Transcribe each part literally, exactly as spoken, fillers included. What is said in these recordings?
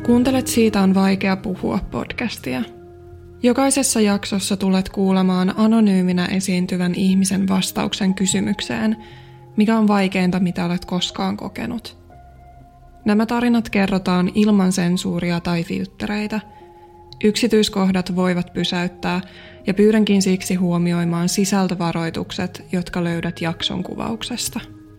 Kuuntelet Siitä on vaikea puhua podcastia. Jokaisessa jaksossa tulet kuulemaan anonyyminä esiintyvän ihmisen vastauksen kysymykseen, mikä on vaikeinta, mitä olet koskaan kokenut. Nämä tarinat kerrotaan ilman sensuuria tai filttereitä. Yksityiskohdat voivat pysäyttää ja pyydänkin siksi huomioimaan sisältövaroitukset, jotka löydät jakson kuvauksesta.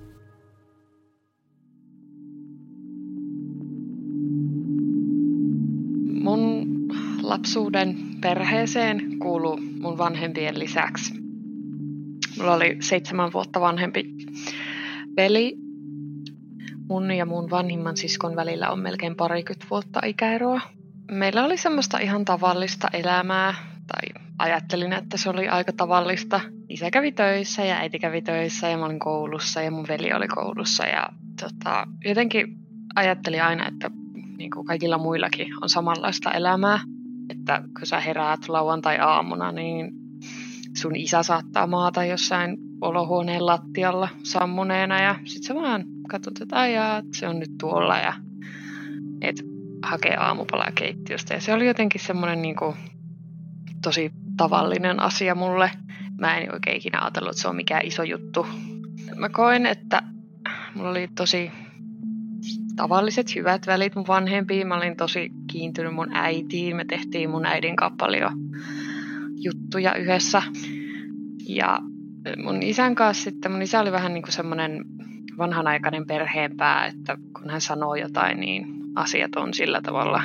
Mun lapsuuden perheeseen kuuluu mun vanhempien lisäksi. Mulla oli seitsemän vuotta vanhempi veli. Mun ja mun vanhimman siskon välillä on melkein parikymmentä vuotta ikäeroa. Meillä oli semmoista ihan tavallista elämää, tai ajattelin, että se oli aika tavallista. Isä kävi töissä ja äiti kävi töissä ja mä olin koulussa ja mun veli oli koulussa. Ja tota, jotenkin ajattelin aina, että niin kuin kaikilla muillakin on samanlaista elämää. Että kun sä heräät lauantai-aamuna, niin sun isä saattaa maata jossain olohuoneen lattialla sammuneena. Ja sit sä vaan katsot, että ajaa, se on nyt tuolla ja et hakee aamupalaa keittiöstä. Ja se oli jotenkin semmoinen niin kuin tosi tavallinen asia mulle. Mä en oikein ikinä ajatellut, että se on mikään iso juttu. Mä koin, että mulla oli tosi tavalliset hyvät välit mun vanhempiin. Mä olin tosi kiintynyt mun äitiin. Me tehtiin mun äidin kanssa paljon juttuja yhdessä. Ja mun isän kanssa sitten, mun isä oli vähän niin kuin semmoinen vanhanaikainen perheenpää, että kun hän sanoo jotain, niin asiat on sillä tavalla.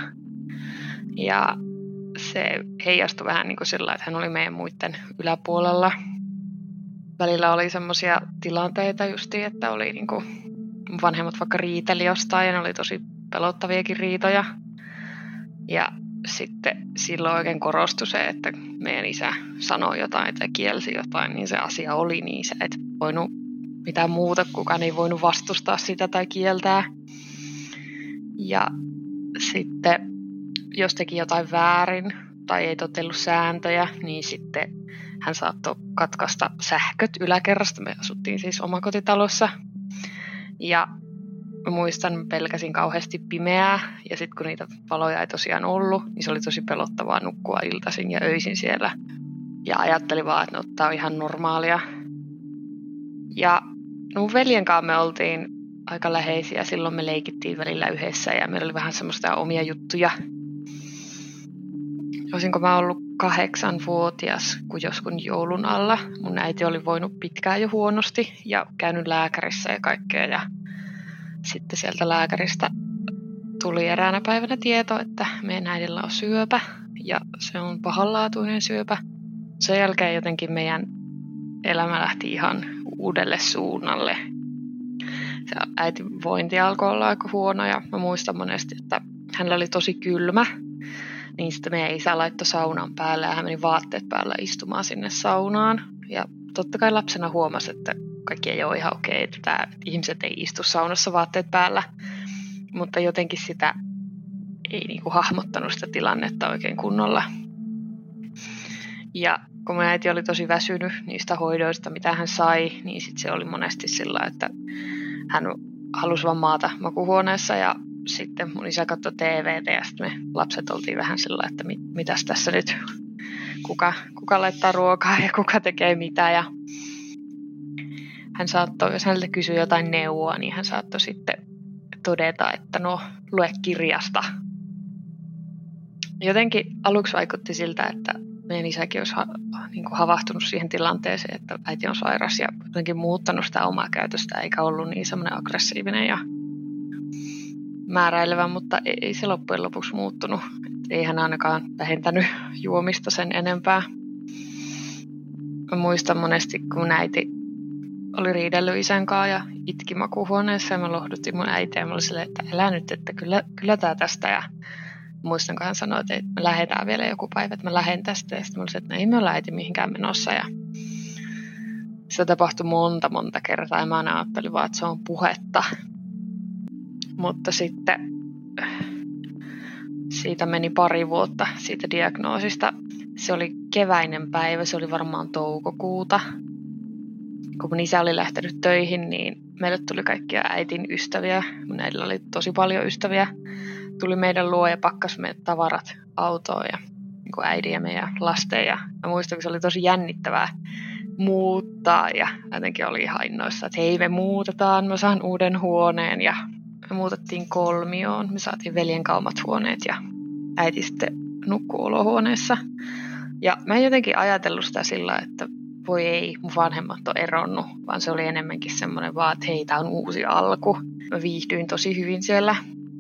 Ja se heijastui vähän niin kuin sillä, että hän oli meidän muiden yläpuolella. Välillä oli semmoisia tilanteita justiin, että oli niin kuin vanhemmat vaikka riiteli jostain ja ne oli tosi pelottaviakin riitoja. Ja sitten silloin oikein korostui se, että meidän isä sanoi jotain tai kielsi jotain, niin se asia oli niin. Se et voinut mitään muuta, kukaan ei voinut vastustaa sitä tai kieltää. Ja sitten jos teki jotain väärin tai ei totellut sääntöjä, niin sitten hän saattoi katkaista sähköt yläkerrasta. Me asuttiin siis omakotitalossa. Ja mä muistan, pelkäsin kauheasti pimeää. Ja sitten kun niitä valoja ei tosiaan ollut, niin se oli tosi pelottavaa nukkua iltaisin ja öisin siellä. Ja ajattelin vaan, että no, tää on ihan normaalia. Ja no, mun veljen kanssa me oltiin aika läheisiä. Silloin me leikittiin välillä yhdessä ja meillä oli vähän semmoista omia juttuja. Olisinko mä ollut kahdeksanvuotias, kun joskus joulun alla. Mun äiti oli voinut pitkään jo huonosti ja käynyt lääkärissä ja kaikkea. Ja sitten sieltä lääkäristä tuli eräänä päivänä tieto, että meidän äidillä on syöpä ja se on pahanlaatuinen syöpä. Sen jälkeen jotenkin meidän elämä lähti ihan uudelle suunnalle. Se äitin vointi alkoi olla aika huono ja mä muistan monesti, että hänellä oli tosi kylmä. Niin sitten meidän isä laittoi saunan päälle ja hän meni vaatteet päällä istumaan sinne saunaan. Ja totta kai lapsena huomasi, että kaikki ei ole ihan okei, että ihmiset ei istu saunassa vaatteet päällä. Mutta jotenkin sitä ei niinku hahmottanut sitä tilannetta oikein kunnolla. Ja kun mun äiti oli tosi väsynyt niistä hoidoista, mitä hän sai, niin sit se oli monesti sillä, että hän halusi vaan maata makuuhuoneessa ja sitten mun isä katsoi T V:tä ja sitten me lapset oltiin vähän sillä, että mit, mitäs tässä nyt, kuka, kuka laittaa ruokaa ja kuka tekee mitä. Ja hän saattoi, jos häneltä kysyi jotain neuvoa, niin hän saattoi sitten todeta, että no, lue kirjasta. Jotenkin aluksi vaikutti siltä, että meidän isäkin olisi ha, niin kuin havahtunut siihen tilanteeseen, että äiti on sairas ja jotenkin muuttanut sitä omaa käytöstä, eikä ollut niin semmoinen aggressiivinen ja määräilevä, mutta ei se loppujen lopuksi muuttunut. Ei hän ainakaan vähentänyt juomista sen enempää. Mä muistan monesti, kun äiti oli riidellyt isän kanssa ja itki makuuhuoneessa ja mä lohdutin mun äitiä ja mä olin silleen, että elä nyt, että kyllä, kyllä tää tästä. Ja muistan, kun hän sanoi, että me lähdetään vielä joku päivä, että mä lähden tästä. Ja sitten mä olin, että no ei me olla äiti mihinkään menossa. Ja se tapahtui monta, monta kertaa ja mä aina ajattelin vaan, että se on puhetta. Mutta sitten siitä meni pari vuotta siitä diagnoosista. Se oli keväinen päivä, se oli varmaan toukokuuta. Kun mun isä oli lähtenyt töihin, niin meille tuli kaikkia äitin ystäviä. Mun äidillä oli tosi paljon ystäviä tuli meidän luo ja pakkasi meidän tavarat autoon ja niin kuin äidin ja meidän lasten. Ja mä muistan, että se oli tosi jännittävää muuttaa ja jotenkin oli ihan innoissa, että hei me muutetaan, mä saan uuden huoneen ja me muutettiin kolmioon. Me saatiin veljen kaumat huoneet ja äiti sitten nukkui olohuoneessa. Ja mä en jotenkin ajatellut sitä sillä, että voi ei, mun vanhemmat on eronnut, vaan se oli enemmänkin semmoinen vaan, että hei, tää on uusi alku. Mä viihdyin tosi hyvin siellä.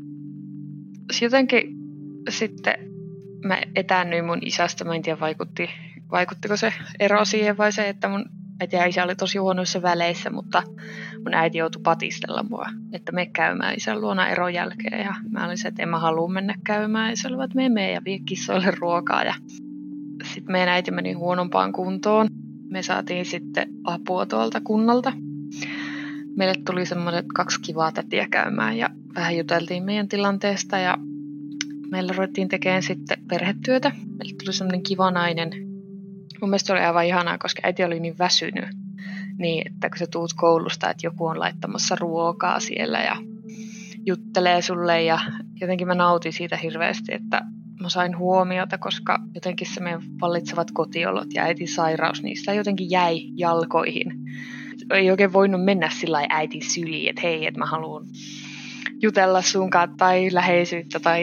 Jotenkin sitten mä etäännyin mun isästä, mä en tiedä vaikutti, vaikuttiko se ero siihen vai se, että mun äiti ja isä oli tosi huonoissa väleissä, mutta mun äiti joutui patistella mua, että me käymään isän luona eron jälkeen. Ja mä olin se, että en mä halua mennä käymään. Ja se oli, että me mene ja vie kissoille ruokaa. Ja sitten meidän äiti meni huonompaan kuntoon. Me saatiin sitten apua tuolta kunnalta. Meille tuli semmoiset kaksi kivaa tätiä käymään ja vähän juteltiin meidän tilanteesta. Ja meillä ruvettiin tekemään sitten perhetyötä. Meille tuli semmoinen kiva nainen. Mun mielestä se oli aivan ihanaa, koska äiti oli niin väsynyt, niin että kun sä tuut koulusta, että joku on laittamassa ruokaa siellä ja juttelee sulle ja jotenkin mä nautin siitä hirveästi, että mä sain huomiota, koska jotenkin se meidän vallitsevat kotiolot ja äitin sairaus, niistä jotenkin jäi jalkoihin. Ei oikein voinut mennä sillä lailla äitin syliin, että hei, että mä haluan jutella sunkaan tai läheisyyttä tai...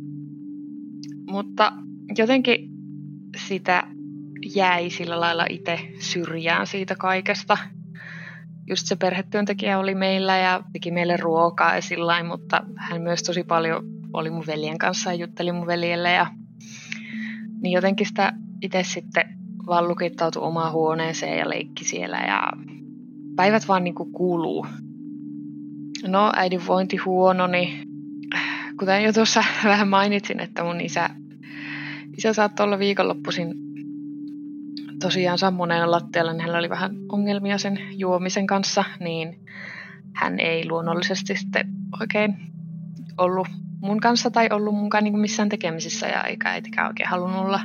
Mutta jotenkin sitä jäi sillä lailla itse syrjään siitä kaikesta. Just se perhetyöntekijä oli meillä ja teki meille ruokaa ja sillä mutta hän myös tosi paljon oli mun veljen kanssa ja jutteli mun veljelle. Ja... Niin jotenkin sitä itse sitten vaan lukittautui omaan huoneeseen ja leikki siellä ja päivät vaan niinku kuluu. No äidin vointi huono, niin kuten jo tuossa vähän mainitsin, että mun isä, isä saattoi olla viikonloppuisin tosiaan sammuneen lattialla, niin hänellä oli vähän ongelmia sen juomisen kanssa, niin hän ei luonnollisesti sitten oikein ollut mun kanssa tai ollut munkaan niin missään tekemisissä ja eikä äitikään oikein halunnut olla.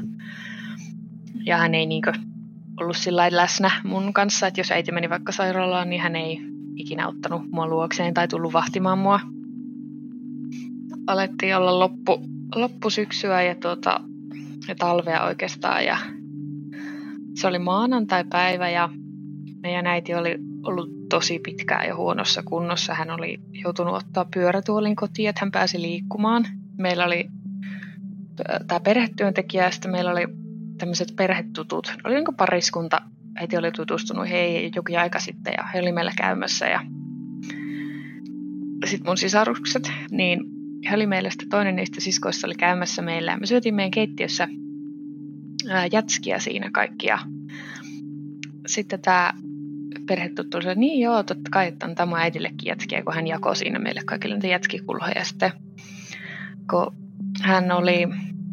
Ja hän ei niin ollut sillä läsnä mun kanssa, että jos äiti meni vaikka sairaalaan, niin hän ei ikinä ottanut mua luokseen tai tullut vahtimaan mua. Alettiin olla loppu, loppusyksyä ja, tuota, ja talvea oikeastaan ja se oli maanantai-päivä ja meidän äiti oli ollut tosi pitkään jo huonossa kunnossa. Hän oli joutunut ottaa pyörätuolin kotiin, että hän pääsi liikkumaan. Meillä oli tämä perhetyöntekijä ja sitten meillä oli tämmöiset perhetutut. Oli niin kuin pariskunta. Äiti oli tutustunut hei jokin aika sitten ja he oli meillä käymässä. Ja sitten mun sisarukset, niin he oli meillä sitten toinen niistä siskoista oli käymässä meillä. Me syötiin meidän keittiössä jätskiä siinä kaikki ja sitten tämä perhetuttu sanoi, niin joo, totta kai, että antaa mun äidillekin jätskiä, kun hän jakoi siinä meille kaikille niitä jätskikulhoja. Ja sitten kun hän oli,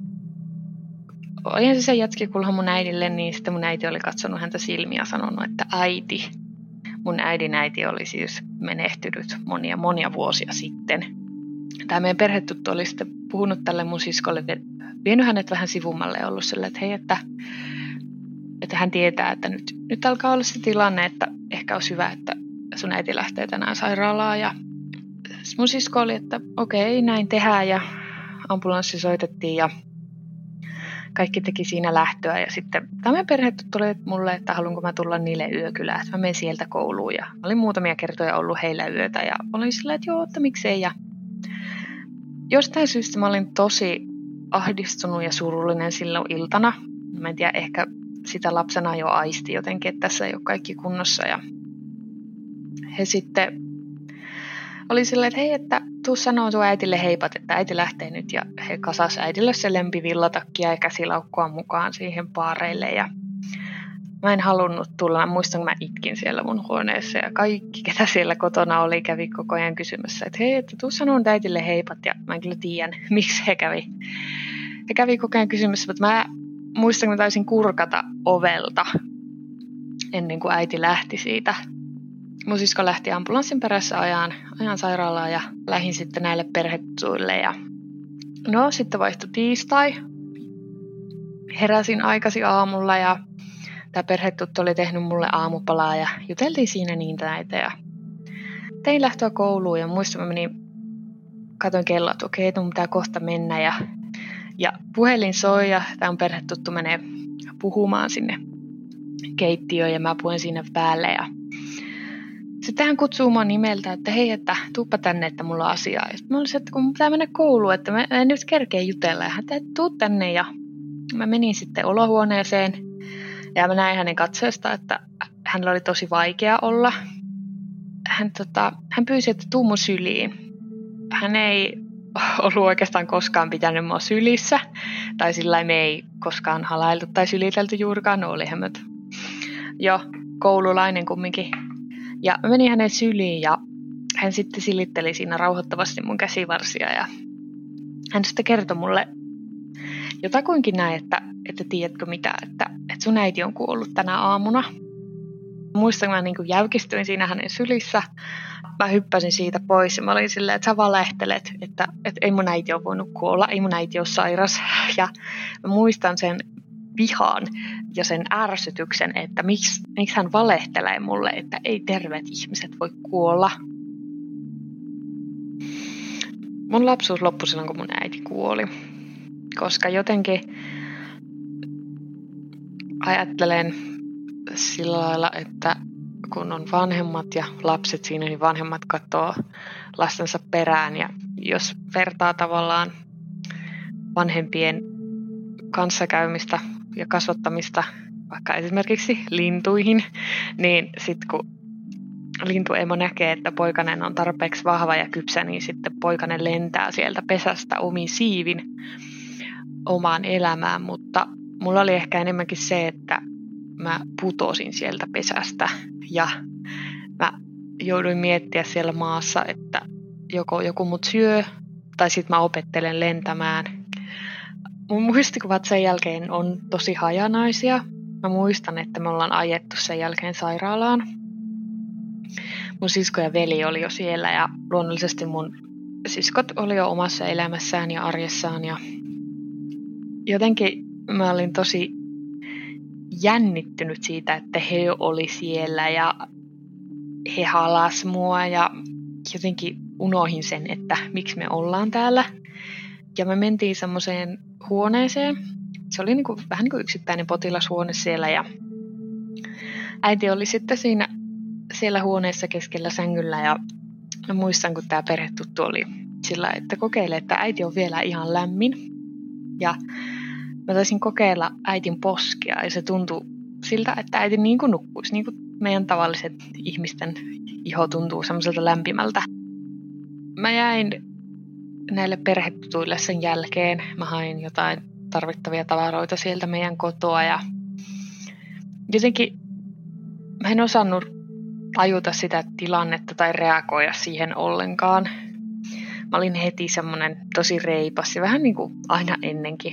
oli se jätskikulho mun äidille, niin sitten mun äiti oli katsonut häntä silmiä ja sanonut, että äiti. Mun äidin äiti oli siis menehtynyt monia monia vuosia sitten. Tämä meidän perhetuttu oli sitten puhunut tälle mun siskolle, vienyt hänet vähän sivummalle ja ollut sille, että hei, että, että hän tietää, että nyt, nyt alkaa olla se tilanne, että ehkä olisi hyvä, että sun äiti lähtee tänään sairaalaan. Ja mun sisko oli, että okei, näin tehdään ja ambulanssi soitettiin ja kaikki teki siinä lähtöä. Ja sitten tämä perhe tuli mulle, että haluanko mä tulla niille yökylään, että mä menen sieltä kouluun. Ja olin muutamia kertoja ollut heillä yötä ja olin sillä, että joo, että miksei. Ja jostain syystä mä olin tosi ahdistunut ja surullinen silloin iltana. Mä en tiedä, ehkä sitä lapsena jo aisti jotenkin, että tässä ei ole kaikki kunnossa. Ja he sitten oli silleen, että hei, että tuu sanoo sun äitille heipat, että äiti lähtee nyt. Ja he kasas äidille se lempivillatakkia ja käsilaukkua mukaan siihen paareille. Ja mä en halunnut tulla. Mä muistan, kun mä itkin siellä mun huoneessa ja kaikki, ketä siellä kotona oli, kävi koko ajan kysymässä, että hei, että tuu sanoo äitille heipat. Ja mä en kyllä tiedä, miksi he kävi. He kävi koko ajan kysymässä, että mä muistan, kun mä taisin kurkata ovelta ennen kuin äiti lähti siitä. Mun sisko lähti ambulanssin perässä ajan, ajan sairaalaan ja lähdin sitten näille perhetuille. Ja no, sitten vaihtui tiistai. Heräsin aikaisin aamulla ja tämä perhetuttu oli tehnyt mulle aamupalaa ja juteltiin siinä niitä näitä. Ja tein lähtöä kouluun ja muistan, mä menin katsoin kelloa, että okei, mun pitää kohta mennä. Ja, ja puhelin soi ja tämä on perhetuttu menee puhumaan sinne keittiöön ja mä puhun siinä päälle. Ja sitten hän kutsuu mua nimeltä, että hei, että tuuppa tänne, että mulla on asiaa. Ja mä olisin, että kun mun pitää mennä kouluun, että mä en nyt kerkeä jutella. Ja hän että tuu tänne ja mä menin sitten olohuoneeseen ja mä näin hänen katseesta, että hänellä oli tosi vaikea olla. Hän, tota, hän pyysi, että tuu mun syliin. Hän ei ollut oikeastaan koskaan pitänyt mua sylissä. Tai sillä me ei koskaan halailtu tai sylitelty juurikaan. No olihan mä jo koululainen kumminkin. Ja mä menin hänen syliin ja hän sitten silitteli siinä rauhoittavasti mun käsivarsia. Ja hän sitten kertoi mulle jotakuinkin näin, että, että tiedätkö mitä, että, että sun äiti on kuollut tänä aamuna. Muistan, mä niin kuin jäykistyin siinä hänen sylissä. Mä hyppäsin siitä pois ja mä olin silleen, että sä vaan lähtelet, että, että ei mun äiti ole voinut kuolla, ei mun äiti ole sairas. Ja mä muistan sen vihan ja sen ärsytyksen, että miksi, miksi hän valehtelee mulle, että ei terveet ihmiset voi kuolla. Mun lapsuus loppui silloin, kun mun äiti kuoli. Koska jotenkin ajattelen sillä lailla, että kun on vanhemmat ja lapset siinä, niin vanhemmat katsoo lastensa perään. Ja jos vertaa tavallaan vanhempien kanssakäymistä ja kasvattamista vaikka esimerkiksi lintuihin, niin sitten kun lintuemo näkee, että poikanen on tarpeeksi vahva ja kypsä, niin sitten poikanen lentää sieltä pesästä omin siivin omaan elämään, mutta mulla oli ehkä enemmänkin se, että mä putosin sieltä pesästä ja mä jouduin miettiä siellä maassa, että joko joku mut syö tai sitten mä opettelen lentämään. Mun muistikuvat sen jälkeen on tosi hajanaisia. Mä muistan, että me ollaan ajettu sen jälkeen sairaalaan. Mun sisko ja veli oli jo siellä ja luonnollisesti mun siskot oli jo omassa elämässään ja arjessaan. Ja jotenkin mä olin tosi jännittynyt siitä, että he oli siellä ja he halas mua ja jotenkin unohin sen, että miksi me ollaan täällä. Ja me mentiin semmoiseen huoneeseen. Se oli niinku, vähän niin kuin yksittäinen potilashuone siellä ja äiti oli sitten siinä siellä huoneessa keskellä sängyllä ja mä muistan, kun tämä perhetuttu oli sillä, että kokeile, että äiti on vielä ihan lämmin. Ja mä taisin kokeilla äitin poskia ja se tuntui siltä, että äiti niin kuin nukkuisi, niin kuin meidän tavalliset ihmisten iho tuntuu semmoiselta lämpimältä. Mä jäin näille perhetutuille sen jälkeen. Mä hain jotain tarvittavia tavaroita sieltä meidän kotoa ja jotenkin mä en osannut tajuta sitä tilannetta tai reagoida siihen ollenkaan. Mä olin heti semmoinen tosi reipas ja vähän niin kuin aina ennenkin.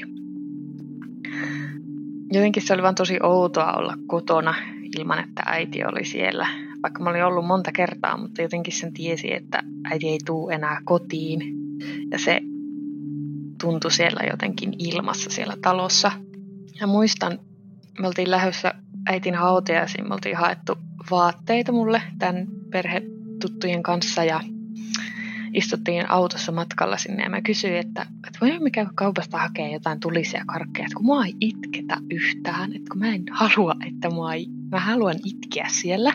Jotenkin se oli vaan tosi outoa olla kotona ilman, että äiti oli siellä. Vaikka mä olin ollut monta kertaa, mutta jotenkin sen tiesi, että äiti ei tule enää kotiin. Ja se tuntui siellä jotenkin ilmassa siellä talossa. Ja muistan, me oltiin lähdössä äitin hautajaisiin, me oltiin haettu vaatteita mulle tämän perhetuttujen kanssa ja istuttiin autossa matkalla sinne ja mä kysyin, että, että voinko me käydä kaupasta hakemaan jotain tulisia karkkeja, että kun mua ei itketä yhtään, että kun mä en halua, että mua ei, mä haluan itkeä siellä.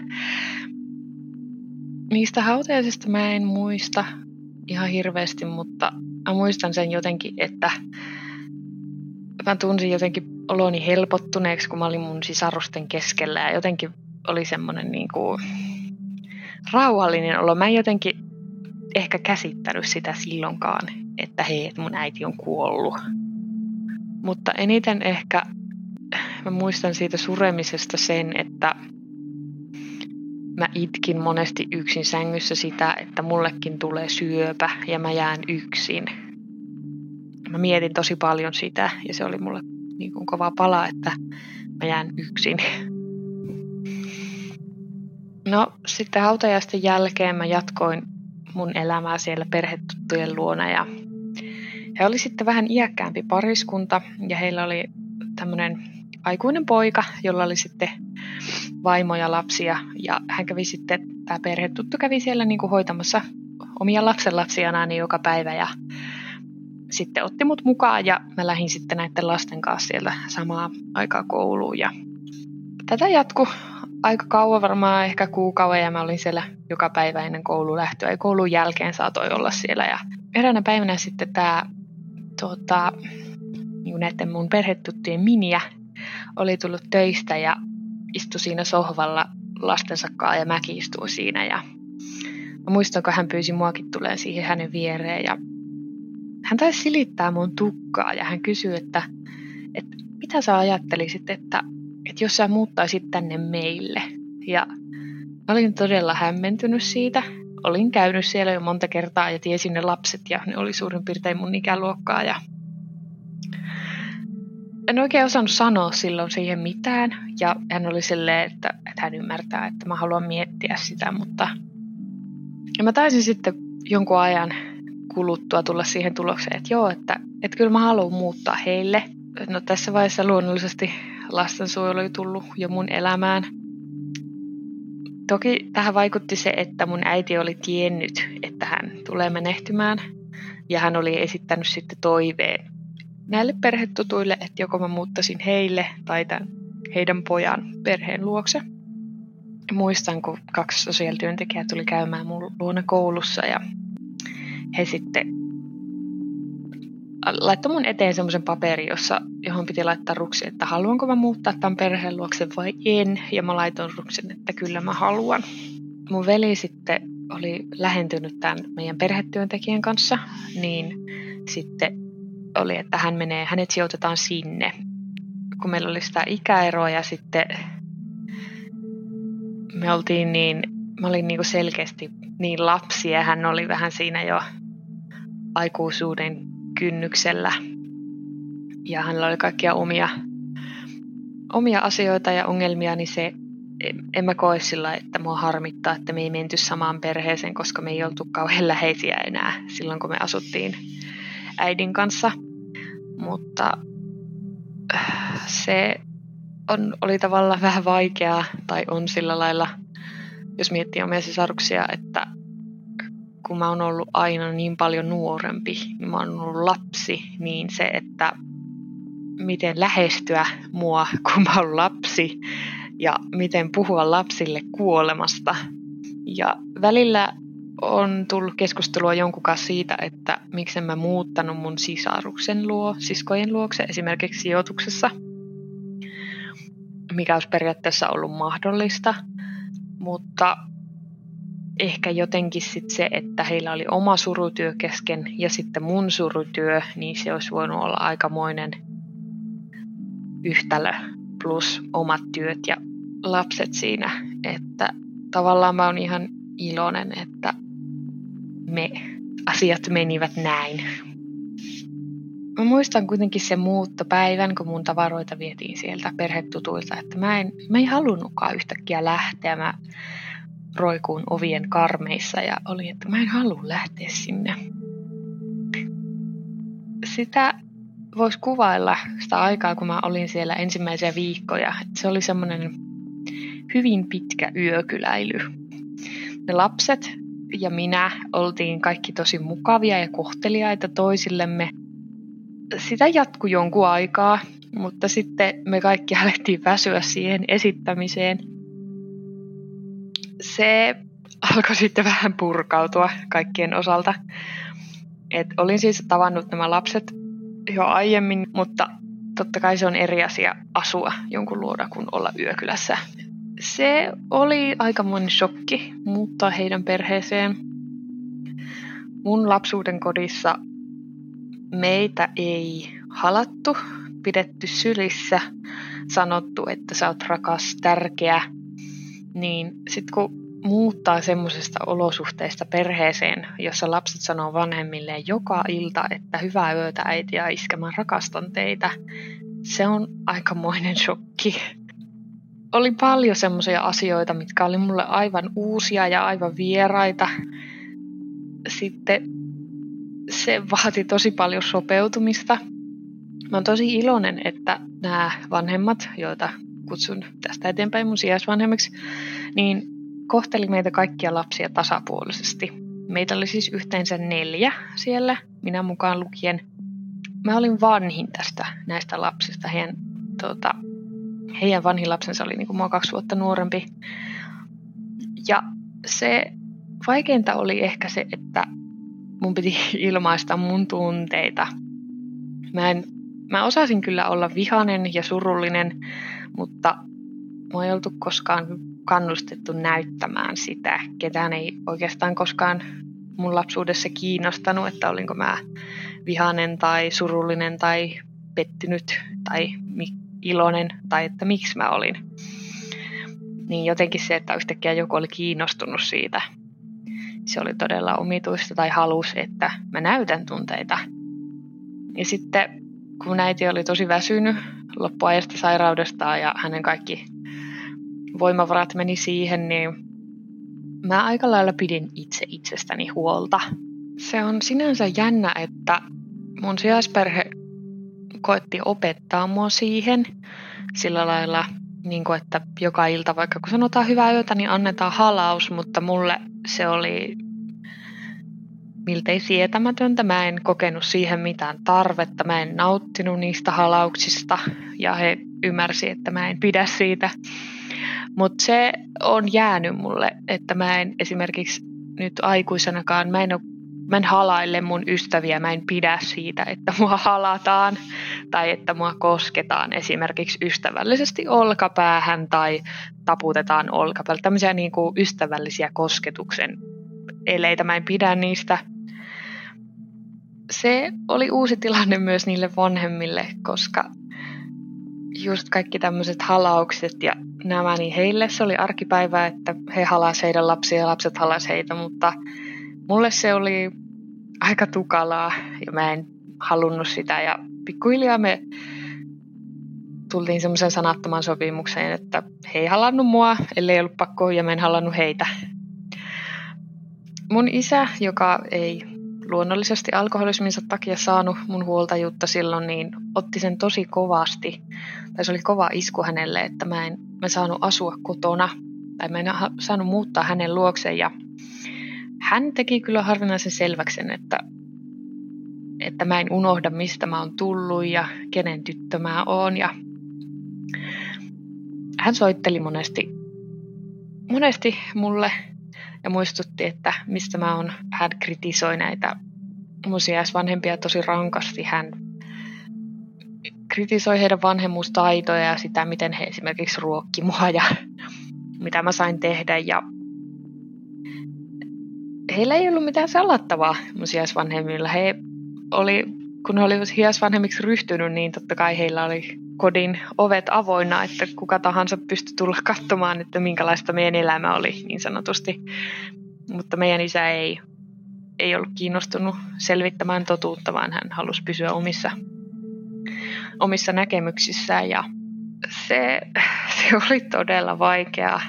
Niistä hautajaisista mä en muista ihan hirveästi, mutta mä muistan sen jotenkin, että mä tunsin jotenkin oloni helpottuneeksi, kun mä olin mun sisarusten keskellä ja jotenkin oli semmoinen niin kuin rauhallinen olo. Mä en jotenkin ehkä käsittänyt sitä silloinkaan, että hei, että mun äiti on kuollut. Mutta eniten ehkä mä muistan siitä suremisesta sen, että mä itkin monesti yksin sängyssä sitä, että mullekin tulee syöpä ja mä jään yksin. Mä mietin tosi paljon sitä ja se oli mulle niin kuin kova pala, että mä jään yksin. No sitten hautajaisten jälkeen mä jatkoin mun elämää siellä perhetuttujen luona ja he oli sitten vähän iäkkäämpi pariskunta ja heillä oli tämmöinen aikuinen poika, jolla oli sitten vaimo ja lapsia ja hän kävi sitten, tämä perhetuttu kävi siellä niin kuin hoitamassa omia lapsenlapsianani joka päivä ja sitten otti mut mukaan ja mä lähdin sitten näiden lasten kanssa sieltä samaan aikaan kouluun ja tätä jatkui aika kauan, varmaan ehkä kuukauden ja mä olin siellä joka päivä ennen koulun lähtöä ja koulun jälkeen saatoi olla siellä ja eräänä päivänä sitten tää tuota, niin näiden mun perhetuttujen Miniä oli tullut töistä ja istui siinä sohvalla lastensa kanssa ja mäkin istuin siinä ja mä muistan, kun hän pyysi muakin tulee siihen hänen viereen ja hän taisi silittää mun tukkaa ja hän kysyi, että, että mitä sä ajattelisit, että, että jos sä muuttaisit tänne meille. Ja mä olin todella hämmentynyt siitä. Olin käynyt siellä jo monta kertaa ja tiesin ne lapset ja ne oli suurin piirtein mun ikäluokkaa. Ja en oikein osannut sanoa silloin siihen mitään ja hän oli silleen, että, että hän ymmärtää, että mä haluan miettiä sitä, mutta ja mä taisin sitten jonkun ajan kuluttua tulla siihen tulokseen, että joo, että, että kyllä mä haluan muuttaa heille. No tässä vaiheessa luonnollisesti lastensuojelu oli tullut jo mun elämään. Toki tähän vaikutti se, että mun äiti oli tiennyt, että hän tulee menehtymään. Ja hän oli esittänyt sitten toiveen näille perhetutuille, että joko mä muuttaisin heille tai tämän heidän pojan perheen luokse. Muistan, kun kaksi sosiaalityöntekijää tuli käymään mun luona koulussa ja he sitten laittoi mun eteen semmoisen paperin, jossa, johon piti laittaa ruksi, että haluanko mä muuttaa tämän perheen luokse vai en. Ja mä laitoin ruksen, että kyllä mä haluan. Mun veli sitten oli lähentynyt tämän meidän perhetyöntekijän kanssa, niin sitten oli, että hän menee, hänet sijoitetaan sinne. Kun meillä oli sitä ikäeroa ja sitten me oltiin niin, mä olin niin kuin selkeästi niin lapsi ja hän oli vähän siinä jo aikuisuuden kynnyksellä. Ja hänellä oli kaikkia omia, omia asioita ja ongelmia, niin se en mä koe sillä, että mua harmittaa, että me ei menty samaan perheeseen, koska me ei oltu kauhean läheisiä enää silloin, kun me asuttiin äidin kanssa. Mutta se on, oli tavallaan vähän vaikeaa, tai on sillä lailla, jos miettii omia sisaruksia, että kun mä oon ollut aina niin paljon nuorempi, niin mä oon ollut lapsi, niin se, että miten lähestyä mua, kun mä oon lapsi, ja miten puhua lapsille kuolemasta. Ja välillä on tullut keskustelua jonkun kanssa siitä, että miksen mä muuttanut mun sisaruksen luo, siskojen luokse, esimerkiksi sijoituksessa, mikä olisi periaatteessa ollut mahdollista, mutta ehkä jotenkin sit se, että heillä oli oma surutyö kesken ja sitten mun surutyö, niin se olisi voinut olla aikamoinen yhtälö plus omat työt ja lapset siinä, että tavallaan mä oon ihan iloinen, että me asiat menivät näin. Mä muistan kuitenkin sen muuttopäivän, kun mun tavaroita vietiin sieltä perhetutuilta, että mä en, mä en halunnutkaan yhtäkkiä lähteä. Mä roikuun ovien karmeissa ja oli, että mä en halua lähteä sinne. Sitä voisi kuvailla sitä aikaa, kun mä olin siellä ensimmäisiä viikkoja. Se oli semmoinen hyvin pitkä yökyläily. Ne lapset ja minä oltiin kaikki tosi mukavia ja kohteliaita toisillemme. Sitä jatkui jonkun aikaa, mutta sitten me kaikki alettiin väsyä siihen esittämiseen. Se alkoi sitten vähän purkautua kaikkien osalta. Et olin siis tavannut nämä lapset jo aiemmin, mutta totta kai se on eri asia asua jonkun luona kuin olla yökylässä. Se oli aikamoinen shokki muuttaa heidän perheeseen. Mun lapsuuden kodissa meitä ei halattu, pidetty sylissä, sanottu, että sä oot rakas, tärkeä. Niin sit kun muuttaa semmoisesta olosuhteesta perheeseen, jossa lapset sanoo vanhemmilleen joka ilta, että hyvää yötä äiti ja iskä, mä rakastan teitä, se on aikamoinen shokki. Oli paljon semmoisia asioita, mitkä oli mulle aivan uusia ja aivan vieraita. Sitten se vaati tosi paljon sopeutumista. Mä oon tosi iloinen, että nämä vanhemmat, joita kutsun tästä eteenpäin mun sijaisvanhemmiksi, niin kohteli meitä kaikkia lapsia tasapuolisesti. meitä oli siis yhteensä neljä siellä, minä mukaan lukien. Mä olin vanhin tästä näistä lapsista. Heidän, tuota, heidän vanhin lapsensa oli niin kuin mua kaksi vuotta nuorempi. Ja se vaikeinta oli ehkä se, että mun piti ilmaista mun tunteita. Mä, en, mä osasin kyllä olla vihainen ja surullinen, mutta mä ei oltu koskaan kannustettu näyttämään sitä. Ketään ei oikeastaan koskaan mun lapsuudessa kiinnostanut, että olinko mä vihainen tai surullinen tai pettynyt tai iloinen tai että miksi mä olin. Niin jotenkin se, että yhtäkkiä joku oli kiinnostunut siitä, se oli todella omituista tai halusi, että mä näytän tunteita. Ja sitten kun äiti oli tosi väsynyt loppuajasta sairaudestaan ja hänen kaikki voimavarat meni siihen, niin mä aika lailla pidin itse itsestäni huolta. Se on sinänsä jännä, että mun sijaisperhe koetti opettaa mua siihen sillä lailla, niin kuin, että joka ilta vaikka kun sanotaan hyvää yötä, niin annetaan halaus, mutta mulle se oli miltei sietämätöntä. Mä en kokenut siihen mitään tarvetta, mä en nauttinut niistä halauksista ja he ymmärsi, että mä en pidä siitä. Mutta se on jäänyt mulle, että mä en esimerkiksi nyt aikuisenakaan, mä en, ole, mä en halaille mun ystäviä, mä en pidä siitä, että mua halataan tai että mua kosketaan esimerkiksi ystävällisesti olkapäähän tai taputetaan olkapäällä. Tämmöisiä niin kuin ystävällisiä kosketuksen eleitä, mä en pidä niistä. Se oli uusi tilanne myös niille vanhemmille, koska just kaikki tämmöiset halaukset ja nämä, niin heille se oli arkipäivää, että he halasivat heidän lapsia ja lapset halasivat heitä, mutta mulle se oli aika tukalaa ja mä en halunnut sitä ja pikkuhiljaa me tultiin semmoisen sanattoman sopimukseen, että he ei halannut mua, ellei ollut pakko ja mä en halannut heitä. Mun isä, joka ei luonnollisesti alkoholisminsa takia saanut mun huoltajuutta silloin, niin otti sen tosi kovasti. Tai se oli kova isku hänelle, että mä en mä saanut asua kotona. Tai mä en saanut muuttaa hänen luokseen. Ja hän teki kyllä harvinaisen selväksi, että, että mä en unohda, mistä mä oon tullut ja kenen tyttö mä oon. Ja hän soitteli monesti, monesti mulle. Ja muistutti, että mistä mä oon, hän kritisoi näitä mun sijaisvanhempia tosi rankasti. Hän kritisoi heidän vanhemmuustaitoja ja sitä, miten he esimerkiksi ruokki mua ja mitä mä sain tehdä. Ja heillä ei ollut mitään salattavaa mun sijaisvanhemmilla. He oli, kun he olivat sijaisvanhemmiksi ryhtynyt, niin totta kai heillä oli kodin ovet avoinna, että kuka tahansa pystyi tulla katsomaan, että minkälaista meidän elämä oli niin sanotusti. Mutta meidän isä ei, ei ollut kiinnostunut selvittämään totuutta, vaan hän halusi pysyä omissa, omissa näkemyksissään. Ja se, se oli todella vaikea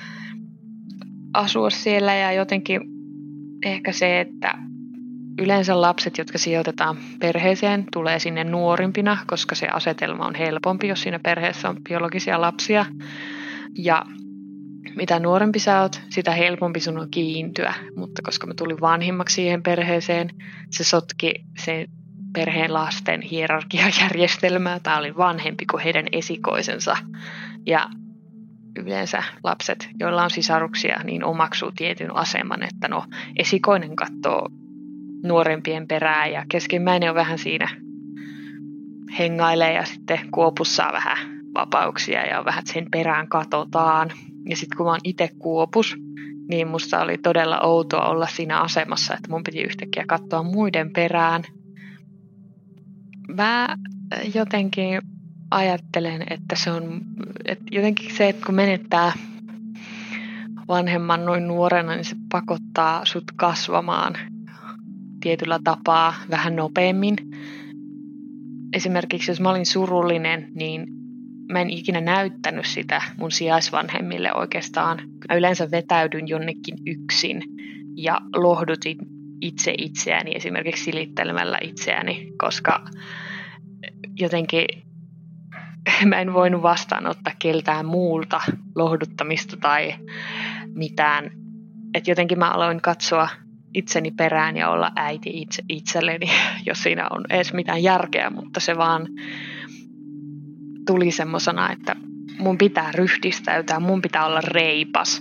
asua siellä ja jotenkin ehkä se, että yleensä lapset, jotka sijoitetaan perheeseen, tulee sinne nuorimpina, koska se asetelma on helpompi, jos siinä perheessä on biologisia lapsia. Ja mitä nuorempi sä oot, sitä helpompi sun on kiintyä. Mutta koska mä tulin vanhimmaksi siihen perheeseen, se sotki sen perheen lasten hierarkiajärjestelmää. Tää oli vanhempi kuin heidän esikoisensa. Ja yleensä lapset, joilla on sisaruksia, niin omaksuu tietyn aseman, että no esikoinen katsoo nuorempien perään ja keskimmäinen on vähän siinä hengailee ja sitten kuopussaa vähän vapauksia ja vähän sen perään katsotaan. Ja sitten kun mä oon itse kuopus, niin musta oli todella outoa olla siinä asemassa, että mun piti yhtäkkiä katsoa muiden perään. Mä jotenkin ajattelen, että se on että jotenkin se, että kun menettää vanhemman noin nuorena, niin se pakottaa sut kasvamaan tietyllä tapaa vähän nopeammin. Esimerkiksi jos mä olin surullinen, niin mä en ikinä näyttänyt sitä mun sijaisvanhemmille oikeastaan. Mä yleensä vetäydyn jonnekin yksin ja lohdutin itse itseäni esimerkiksi silittelemällä itseäni, koska jotenkin mä en voinut vastaanottaa keltään muulta lohduttamista tai mitään. Et jotenkin mä aloin katsoa itseni perään ja olla äiti itse itselleni, jos siinä on edes mitään järkeä, mutta se vaan tuli semmosena, että mun pitää ryhdistäytyä, mun pitää olla reipas.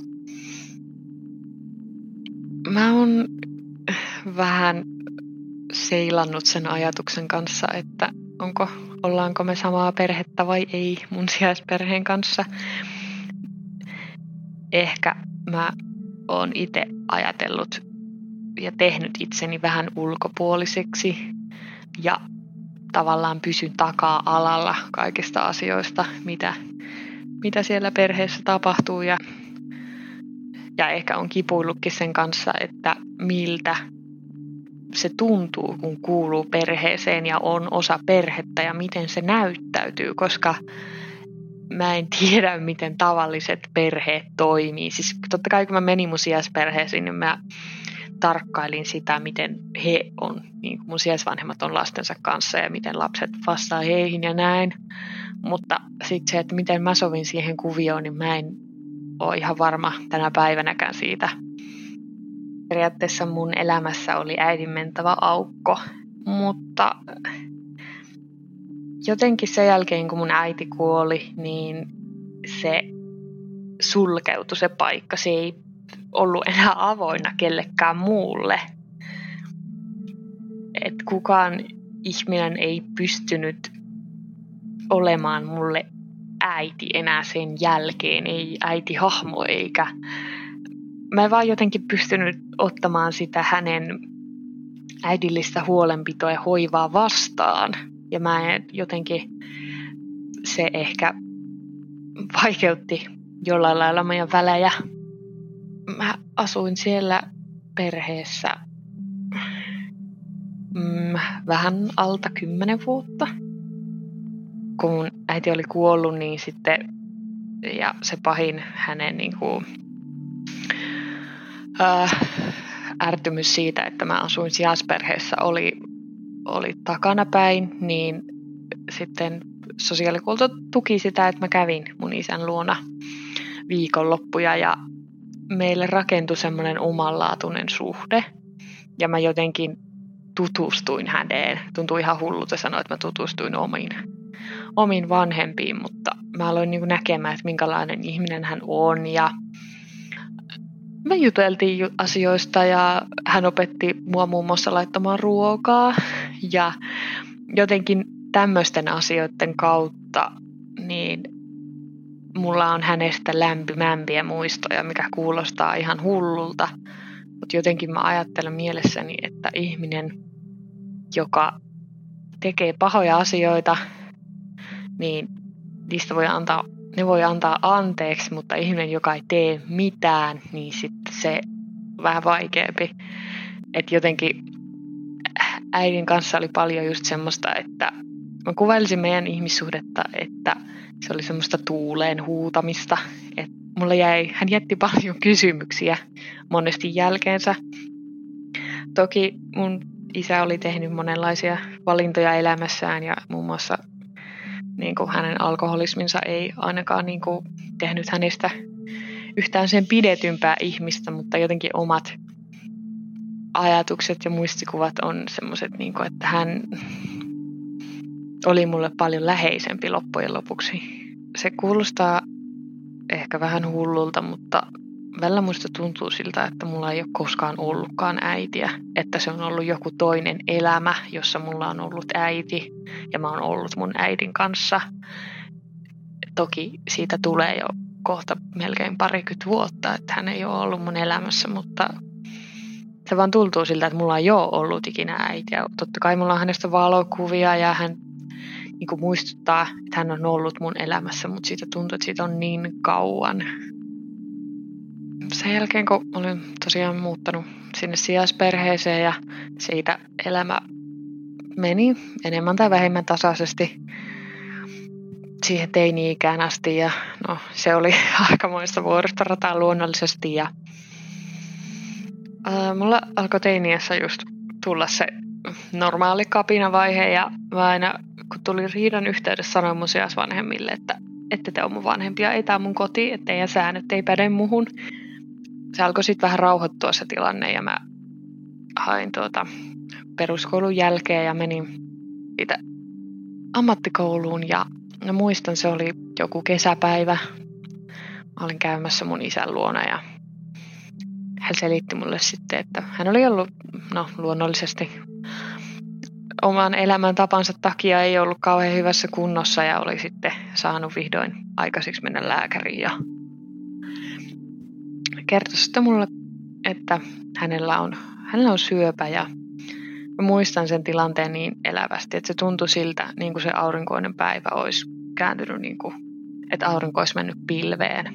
Mä oon vähän seilannut sen ajatuksen kanssa, että onko, ollaanko me samaa perhettä vai ei mun sijaisperheen kanssa. Ehkä mä oon itse ajatellut ja tehnyt itseni vähän ulkopuoliseksi ja tavallaan pysyn taka-alalla kaikista asioista, mitä, mitä siellä perheessä tapahtuu ja, ja ehkä on kipuillutkin sen kanssa, että miltä se tuntuu, kun kuuluu perheeseen ja on osa perhettä ja miten se näyttäytyy, koska mä en tiedä, miten tavalliset perheet toimii. Siis totta kai kun mä menin mun sijaisperheeseen, niin mä tarkkailin sitä, miten he on, niin kuin mun sijaisvanhemmat on lastensa kanssa ja miten lapset vastaa heihin ja näin. Mutta sitten se, että miten mä sovin siihen kuvioon, niin mä en ole ihan varma tänä päivänäkään siitä. Periaatteessa mun elämässä oli äidin mentävä aukko, mutta jotenkin sen jälkeen, kun mun äiti kuoli, niin se sulkeutui se paikka. Se ei ollut enää avoinna kellekään muulle. Et kukaan ihminen ei pystynyt olemaan mulle äiti enää sen jälkeen. Ei äitihahmo eikä. Mä en vaan jotenkin pystynyt ottamaan sitä hänen äidillistä huolenpitoa ja hoivaa vastaan. Ja mä en jotenkin, se ehkä vaikeutti jollain lailla meidän välejä. Mä asuin siellä perheessä mm, vähän alta kymmenen vuotta. Kun mun äiti oli kuollut, niin sitten, ja se pahin hänen niin kuin, äh, ärtymys siitä, että mä asuin sijaisperheessä, oli, oli takanapäin, niin sitten sosiaalihuolto tuki sitä, että mä kävin mun isän luona viikonloppuja ja meille rakentui semmoinen omanlaatuinen suhde ja mä jotenkin tutustuin häneen. Tuntui ihan hullulta sanoa, että mä tutustuin omiin, omiin vanhempiin, mutta mä aloin niin kuin näkemään, että minkälainen ihminen hän on ja me juteltiin asioista ja hän opetti mua muun muassa laittamaan ruokaa ja jotenkin tämmöisten asioiden kautta niin mulla on hänestä lämpimämpiä muistoja, mikä kuulostaa ihan hullulta, mutta jotenkin mä ajattelen mielessäni, että ihminen, joka tekee pahoja asioita, niin niistä voi antaa, ne voi antaa anteeksi, mutta ihminen, joka ei tee mitään, niin sitten se on vähän vaikeampi. Että jotenkin äidin kanssa oli paljon just semmoista, että mä kuvailisin meidän ihmissuhdetta, että se oli semmoista tuuleen huutamista. Et mulla jäi, hän jätti paljon kysymyksiä monesti jälkeensä. Toki mun isä oli tehnyt monenlaisia valintoja elämässään ja muun muassa niin kuin hänen alkoholisminsa ei ainakaan niin kuin tehnyt hänestä yhtään sen pidetympää ihmistä, mutta jotenkin omat ajatukset ja muistikuvat on semmoiset, niin kuin, että hän oli mulle paljon läheisempi loppujen lopuksi. Se kuulostaa ehkä vähän hullulta, mutta välillä muista tuntuu siltä, että mulla ei ole koskaan ollutkaan äitiä. Että se on ollut joku toinen elämä, jossa mulla on ollut äiti ja mä oon ollut mun äidin kanssa. Toki siitä tulee jo kohta melkein parikymmentä vuotta, että hän ei ole ollut mun elämässä, mutta se vaan tuntuu siltä, että mulla ei ole ollut ikinä äitiä. Totta kai mulla on hänestä valokuvia ja hän niin kuin muistuttaa, että hän on ollut mun elämässä, mutta siitä tuntuu, että siitä on niin kauan. Sen jälkeen, kun olin tosiaan muuttanut sinne sijaisperheeseen ja siitä elämä meni enemmän tai vähemmän tasaisesti siihen teini-ikään asti ja no, se oli aikamoista vuoristorataa luonnollisesti ja ää, mulla alkoi teiniässä just tulla se normaali kapinavaihe ja mä aina kun tuli riidan yhteydessä sanoin mun sijaisvanhemmille, että ette te ole mun vanhempia, ei tää mun koti, ettei ja säännöt ei päde muhun. Se alkoi sitten vähän rauhoittua se tilanne ja mä hain tuota peruskoulun jälkeen ja menin siitä ammattikouluun ja no muistan, se oli joku kesäpäivä. Mä olin käymässä mun isän luona ja hän selitti mulle sitten, että hän oli ollut, no luonnollisesti oman elämäntapansa takia ei ollut kauhean hyvässä kunnossa ja oli sitten saanut vihdoin aikaiseksi mennä lääkäriin ja kertoi sitten mulle, että hänellä on, hänellä on syöpä ja mä muistan sen tilanteen niin elävästi, että se tuntui siltä, niin kuin se aurinkoinen päivä olisi kääntynyt, niin kuin, että aurinko olisi mennyt pilveen.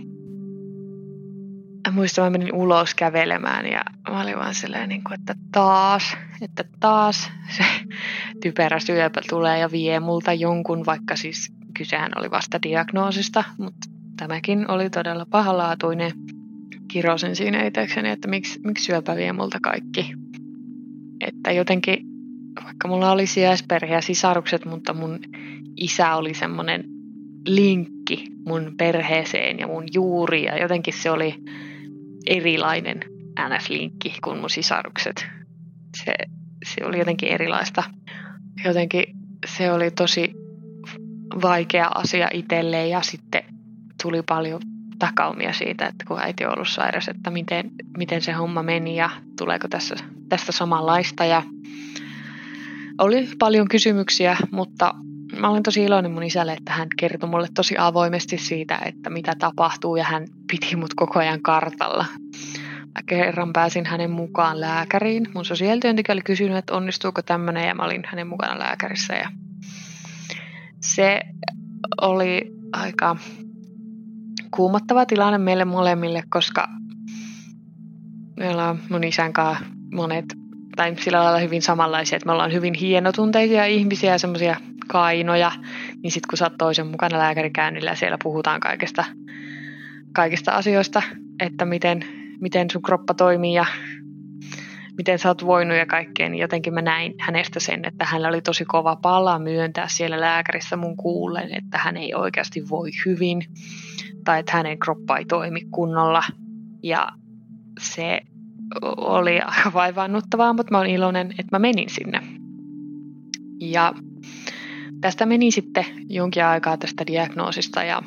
Mä muistan, mä menin ulos kävelemään ja mä olin vaan silleen, niin kuin, että taas, että taas se typerä syöpä tulee ja vie multa jonkun, vaikka siis kysehän oli vasta diagnoosista, mutta tämäkin oli todella pahalaatuinen. Kirosin siinä itsekseni, että miksi, miksi syöpä vie multa kaikki. Että jotenkin, vaikka mulla oli sijaisperhe ja sisarukset, mutta mun isä oli semmoinen linkki mun perheeseen ja mun juuriin. Ja jotenkin se oli erilainen N S-linkki kuin mun sisarukset. Se, se oli jotenkin erilaista. Jotenkin se oli tosi vaikea asia itselleen ja sitten tuli paljon takaumia siitä, että kun äiti on ollut sairas, että miten, miten se homma meni ja tuleeko tässä, tästä samanlaista. Ja oli paljon kysymyksiä, mutta mä olin tosi iloinen mun isälle, että hän kertoi mulle tosi avoimesti siitä, että mitä tapahtuu ja hän piti mut koko ajan kartalla. Mä kerran pääsin hänen mukaan lääkäriin. Mun sosiaalityöntekijä oli kysynyt, että onnistuuko tämmöinen ja mä olin hänen mukana lääkärissä. Ja se oli aika kuumottava tilanne meille molemmille, koska meillä on mun isän kanssa monet, tai sillä lailla hyvin samanlaisia, että me ollaan hyvin hienotunteisia ihmisiä ja semmoisia kainoja, niin sitten kun sä oot toisen mukana lääkärikäynnillä ja siellä puhutaan kaikista, kaikista asioista, että miten, miten sun kroppa toimii ja miten sä oot voinut ja kaikkea, niin jotenkin mä näin hänestä sen, että hänellä oli tosi kova pala myöntää siellä lääkärissä mun kuullen, että hän ei oikeasti voi hyvin tai että hänen kroppa ei toimi kunnolla. Ja se oli aika vaivaannuttavaa, mutta mä oon iloinen, että mä menin sinne. Ja tästä meni sitten jonkin aikaa tästä diagnoosista ja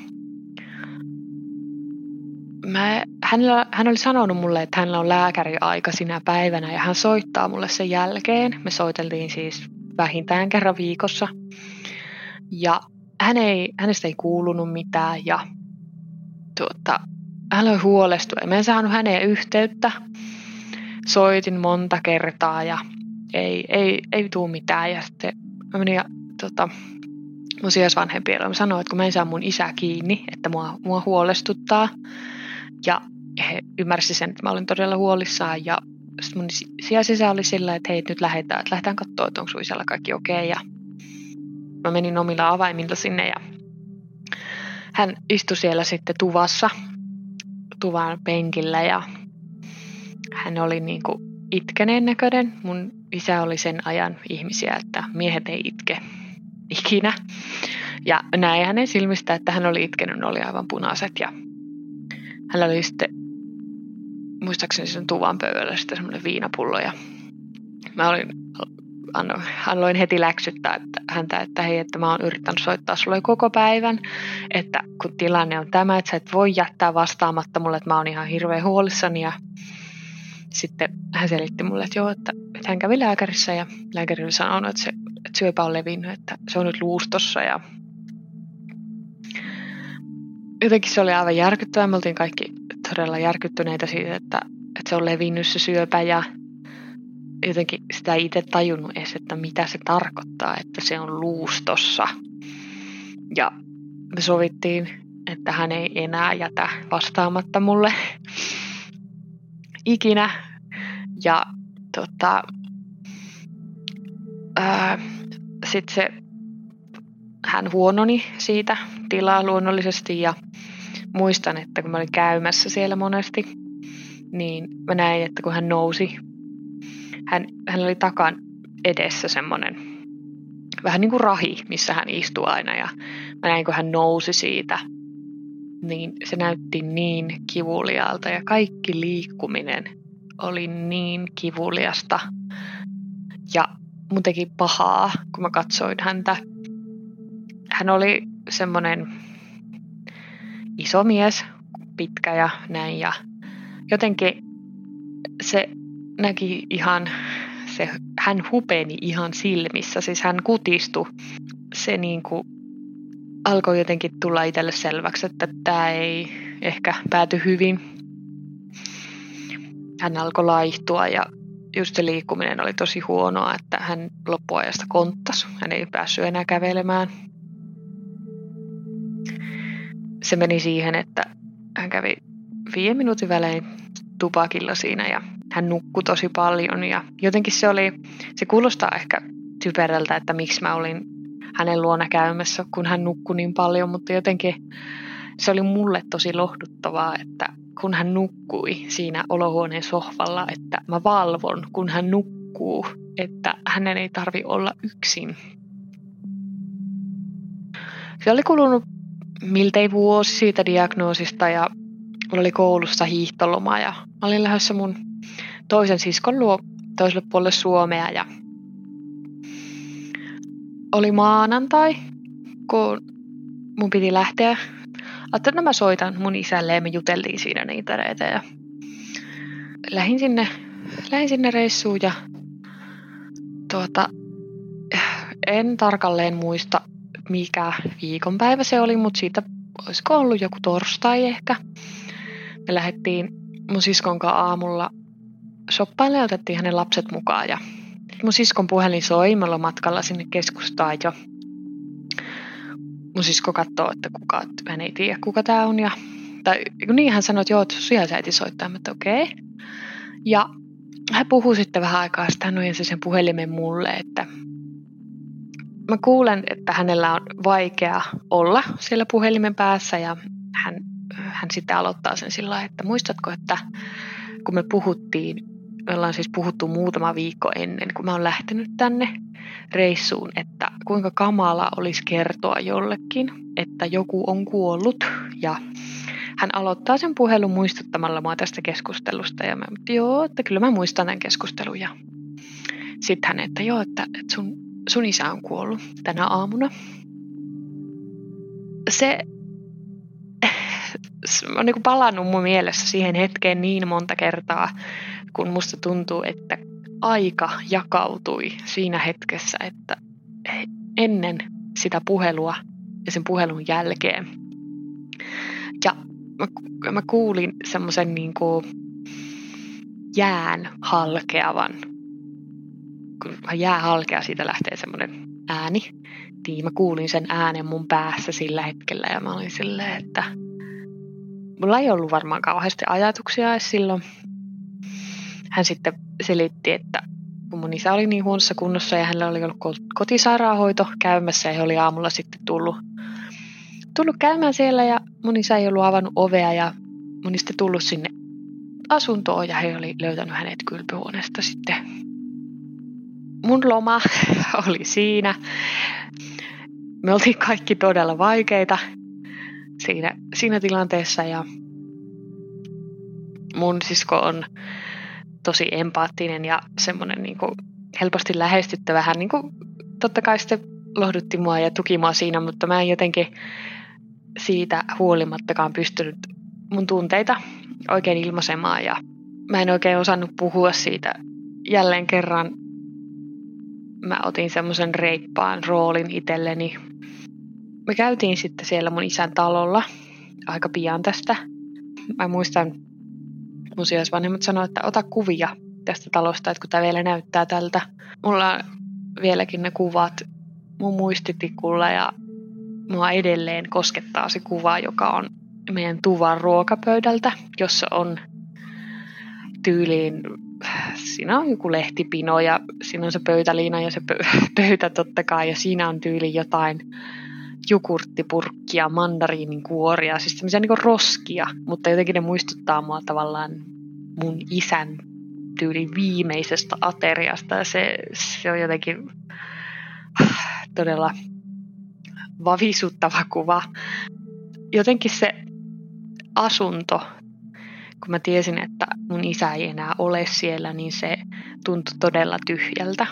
mä, hänellä, hän oli sanonut mulle, että hänellä on lääkäriaika sinä päivänä ja hän soittaa mulle sen jälkeen. Me soiteltiin siis vähintään kerran viikossa ja hän ei, hänestä ei kuulunut mitään ja tuota, hän oli huolestunut. Mä en saanut häneen yhteyttä. Soitin monta kertaa ja ei, ei, ei tule mitään. Ja sitten mä menin ja tota, mun sijaisvanhempien mä sanoin, että kun mä en saa mun isää kiinni, että mua, mua huolestuttaa. Ja he ymmärsivät sen, että mä olin todella huolissaan. Ja sitten mun sijaisisä oli sillä, että hei, nyt lähdetään, että lähdetään katsoa, että onko sun isällä kaikki okei. Okay. Ja mä menin omilla avaimilla sinne ja hän istui siellä sitten tuvassa, tuvan penkillä ja hän oli niin kuin itkeneen näköinen. Mun isä oli sen ajan ihmisiä, että miehet ei itke ikinä. Ja näin hänen silmistä, että hän oli itkenyt, ne oli aivan punaiset. Ja hänellä oli sitten, muistaakseni sen tuvan pöydällä sitten semmoinen viinapullo. Ja mä olin, annoin, annoin heti läksyttää että häntä, että hei, että mä oon yrittänyt soittaa sulle koko päivän. Että kun tilanne on tämä, että sä et voi jättää vastaamatta mulle, että mä oon ihan hirveän huolissani. Ja sitten hän selitti mulle, että joo, että, että hän kävi lääkärissä ja lääkäri oli sanonut, että, se, että syöpä on levinnyt, että se on nyt luustossa. Ja jotenkin se oli aivan järkyttävää. Me oltiin kaikki todella järkyttyneitä siitä, että, että se on levinnyt se syöpä ja jotenkin sitä ei itse tajunnut edes, että mitä se tarkoittaa, että se on luustossa. Ja me sovittiin, että hän ei enää jätä vastaamatta mulle ikinä. Ja tota, sitten se, hän huononi siitä tilaa luonnollisesti ja muistan, että kun mä olin käymässä siellä monesti, niin mä näin, että kun hän nousi, hän, hän oli takan edessä semmoinen vähän niin kuin rahi, missä hän istui aina ja mä näin, kun hän nousi siitä, niin se näytti niin kivuliaalta ja kaikki liikkuminen oli niin kivuliasta. Ja mun teki pahaa, kun mä katsoin häntä. Hän oli semmoinen iso mies, pitkä ja näin. Ja jotenkin se näki ihan, se, hän hupeni ihan silmissä. Siis hän kutistui. Se niin kuin alkoi jotenkin tulla itselle selväksi, että tämä ei ehkä pääty hyvin. Hän alkoi laihtua ja just se liikkuminen oli tosi huonoa, että hän loppuajasta konttasi. Hän ei päässyt enää kävelemään. Se meni siihen, että hän kävi viiden minuutin välein tupakilla siinä ja hän nukkui tosi paljon. Ja jotenkin se oli, se kuulostaa ehkä typerältä, että miksi mä olin hänen luona käymässä, kun hän nukkui niin paljon, mutta jotenkin se oli mulle tosi lohduttavaa, että kun hän nukkui siinä olohuoneen sohvalla, että mä valvon, kun hän nukkuu, että hänen ei tarvi olla yksin. Se oli kulunut miltei vuosi siitä diagnoosista ja mulla oli koulussa hiihtoloma ja mä olin lähdössä mun toisen siskon luo toiselle puolelle Suomea ja oli maanantai, kun mun piti lähteä. Ajattelin, että mä soitan mun isälle ja me juteltiin siinä niitä reitä ja lähdin sinne, lähdin sinne reissuun ja tuota, en tarkalleen muista mikä viikonpäivä se oli, mutta siitä olisiko ollut joku torstai ehkä. Me lähdettiin mun siskon kanssa aamulla shoppaille ja otettiin hänen lapset mukaan ja mun siskon puhelin soi, me ollaan matkalla sinne keskustaan jo. Mun sisko katsoo, että kuka, hän ei tiedä kuka tää on. Ja, tai niin hän sanoi, että joo, että sijaisääti soittaa, mutta okei. Okay. Ja hän puhui sitten vähän aikaa, sitten hän ojensi sen puhelimen mulle, että mä kuulen, että hänellä on vaikea olla siellä puhelimen päässä ja hän, hän sitten aloittaa sen sillä lailla, että muistatko, että kun me puhuttiin, me ollaan siis puhuttu muutama viikko ennen, kun mä oon lähtenyt tänne reissuun, että kuinka kamala olisi kertoa jollekin, että joku on kuollut ja hän aloittaa sen puhelun muistuttamalla mua tästä keskustelusta ja mä, että joo, että kyllä mä muistan tämän keskustelun ja sitten hän, että joo, että, että sun, sun isä on kuollut tänä aamuna. Se, se on niin kuin palannut mun mielessä siihen hetkeen niin monta kertaa, kun musta tuntuu, että aika jakautui siinä hetkessä, että ennen sitä puhelua ja sen puhelun jälkeen. Ja mä, mä kuulin semmoisen niin kuin jään halkeavan. Kun jää halkeaa, siitä lähtee semmoinen ääni. Niin mä kuulin sen äänen mun päässä sillä hetkellä ja mä olin silleen, että mulla ei ollut varmaan kauheasti ajatuksia edes silloin. Hän sitten selitti, että kun mun isä oli niin huonossa kunnossa ja hänellä oli ollut kotisairaanhoito käymässä ja he oli aamulla sitten tullut, tullut käymään siellä ja mun isä ei ollut avannut ovea ja mun sitten tullut sinne asuntoon ja he oli löytänyt hänet kylpyhuoneesta sitten. Mun loma oli siinä. Me oltiin kaikki todella vaikeita siinä, siinä tilanteessa ja mun sisko on tosi empaattinen ja semmoinen niin kuin helposti lähestyttävä. Hän niin kuin, totta kai sitten lohdutti mua ja tuki mua siinä, mutta mä en jotenkin siitä huolimattakaan pystynyt mun tunteita oikein ilmaisemaan ja mä en oikein osannut puhua siitä. Jälleen kerran mä otin semmoisen reippaan roolin itselleni. Me käytiin sitten siellä mun isän talolla aika pian tästä. Mä muistan, mun sijaisvanhemmat sanoivat, että ota kuvia tästä talosta, että kun tää vielä näyttää tältä. Mulla on vieläkin ne kuvat mun muistitikulla ja mua edelleen koskettaa se kuva, joka on meidän tuvan ruokapöydältä, jossa on tyyliin, siinä on joku lehtipino ja siinä on se pöytäliina ja se pöytä totta kai ja siinä on tyyliin jotain jogurttipurkkia, mandariinin kuoria, siis semmoisia niin kuin roskia, mutta jotenkin ne muistuttaa mua tavallaan mun isän tyyliin viimeisestä ateriasta ja se, se on jotenkin todella vavisuttava kuva. Jotenkin se asunto, kun mä tiesin, että mun isä ei enää ole siellä, niin se tuntui todella tyhjältä.